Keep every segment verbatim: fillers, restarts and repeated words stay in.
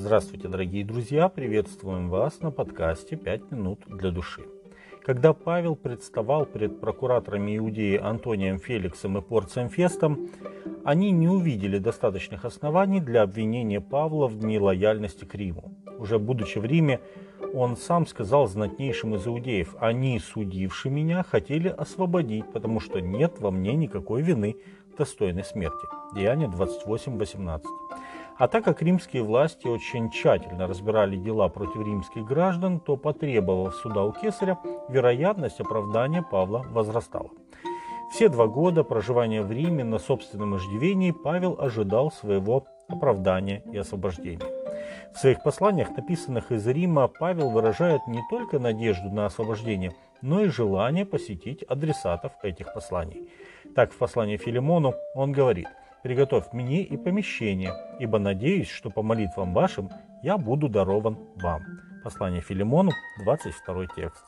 Здравствуйте, дорогие друзья! Приветствуем вас на подкасте «пять минут для души». Когда Павел представал пред прокураторами Иудеи Антонием Феликсом и Порцием Фестом, они не увидели достаточных оснований для обвинения Павла в нелояльности к Риму. Уже будучи в Риме, он сам сказал знатнейшим из иудеев: «Они, судивши меня, хотели освободить, потому что нет во мне никакой вины, достойной смерти». Деяния двадцать восемь восемнадцать. А так как римские власти очень тщательно разбирали дела против римских граждан, то, потребовав суда у кесаря, вероятность оправдания Павла возрастала. Все два года проживания в Риме на собственном иждивении Павел ожидал своего оправдания и освобождения. В своих посланиях, написанных из Рима, Павел выражает не только надежду на освобождение, но и желание посетить адресатов этих посланий. Так, в послании Филимону он говорит: «Приготовь мне и помещение, ибо надеюсь, что по молитвам вашим я буду дарован вам». Послание Филимону, двадцать второй текст.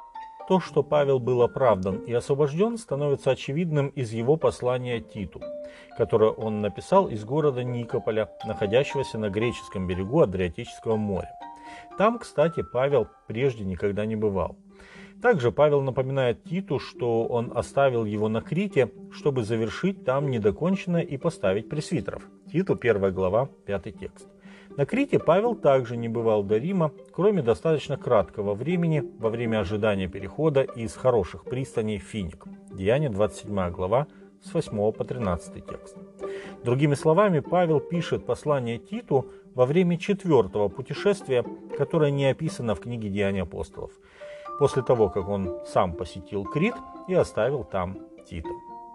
То, что Павел был оправдан и освобожден, становится очевидным из его послания Титу, которое он написал из города Никополя, находящегося на греческом берегу Адриатического моря. Там, кстати, Павел прежде никогда не бывал. Также Павел напоминает Титу, что он оставил его на Крите, чтобы завершить там недоконченное и поставить пресвитеров. Титу, первая глава, пятый текст. На Крите Павел также не бывал до Рима, кроме достаточно краткого времени во время ожидания перехода из хороших пристаней в Финик. Деяния двадцать седьмая глава, с восьмого по тринадцатый текст. Другими словами, Павел пишет послание Титу во время четвертого путешествия, которое не описано в книге Деяний апостолов, после того, как он сам посетил Крит и оставил там Тита.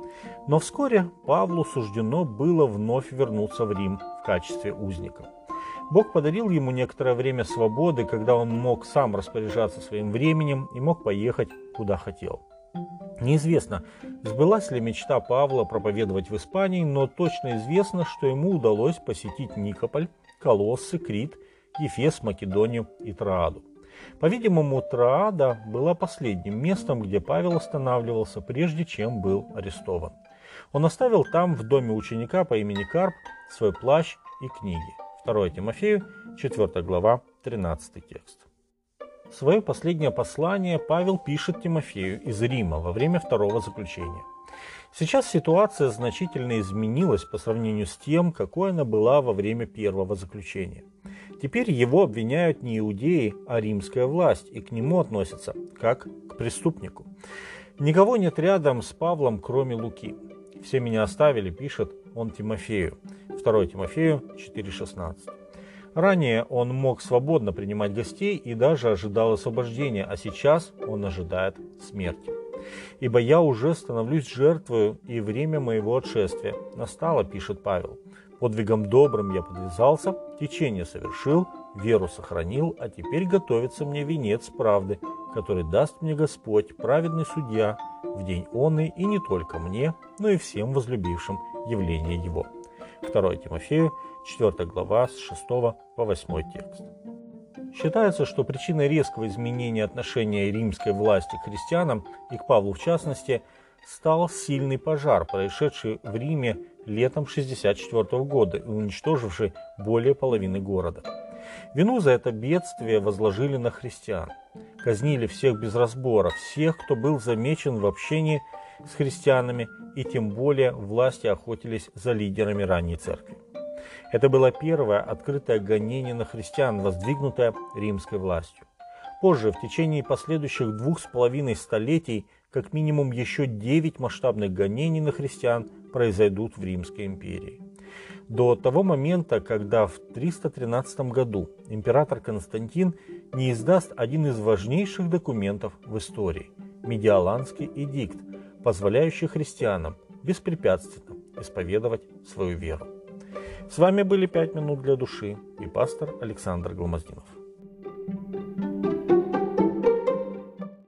Но вскоре Павлу суждено было вновь вернуться в Рим в качестве узника. Бог подарил ему некоторое время свободы, когда он мог сам распоряжаться своим временем и мог поехать куда хотел. Неизвестно, сбылась ли мечта Павла проповедовать в Испании, но точно известно, что ему удалось посетить Никополь, Колоссы, Крит, Ефес, Македонию и Троаду. По-видимому, Троада была последним местом, где Павел останавливался, прежде чем был арестован. Он оставил там, в доме ученика по имени Карп, свой плащ и книги. второе Тимофею, четвёртая глава, тринадцатый текст. Свое последнее послание Павел пишет Тимофею из Рима во время второго заключения. Сейчас ситуация значительно изменилась по сравнению с тем, какой она была во время первого заключения. Теперь его обвиняют не иудеи, а римская власть, и к нему относятся как к преступнику. Никого нет рядом с Павлом, кроме Луки. «Все меня оставили», пишет он Тимофею. второе Тимофею четыре шестнадцать. Ранее он мог свободно принимать гостей и даже ожидал освобождения, а сейчас он ожидает смерти. «Ибо я уже становлюсь жертвою, и время моего отшествия настало», пишет Павел. «Подвигом добрым я подвязался, течение совершил, веру сохранил, а теперь готовится мне венец правды, который даст мне Господь, праведный судья, в день онный, и не только мне, но и всем возлюбившим явление его». второе Тимофею, четвёртая глава, с шестого по восьмой текст. Считается, что причиной резкого изменения отношения римской власти к христианам, и к Павлу в частности, стал сильный пожар, происшедший в Риме летом шестьдесят четвёртого года и уничтоживший более половины города. Вину за это бедствие возложили на христиан. Казнили всех без разбора, всех, кто был замечен в общении с христианами, и тем более власти охотились за лидерами ранней церкви. Это было первое открытое гонение на христиан, воздвигнутое римской властью. Позже, в течение последующих двух с половиной столетий, как минимум еще девять масштабных гонений на христиан произойдут в Римской империи. До того момента, когда в триста тринадцатом году император Константин не издаст один из важнейших документов в истории – Медиаланский эдикт, позволяющий христианам беспрепятственно исповедовать свою веру. С вами были «пять минут для души» и пастор Александр Гломоздинов.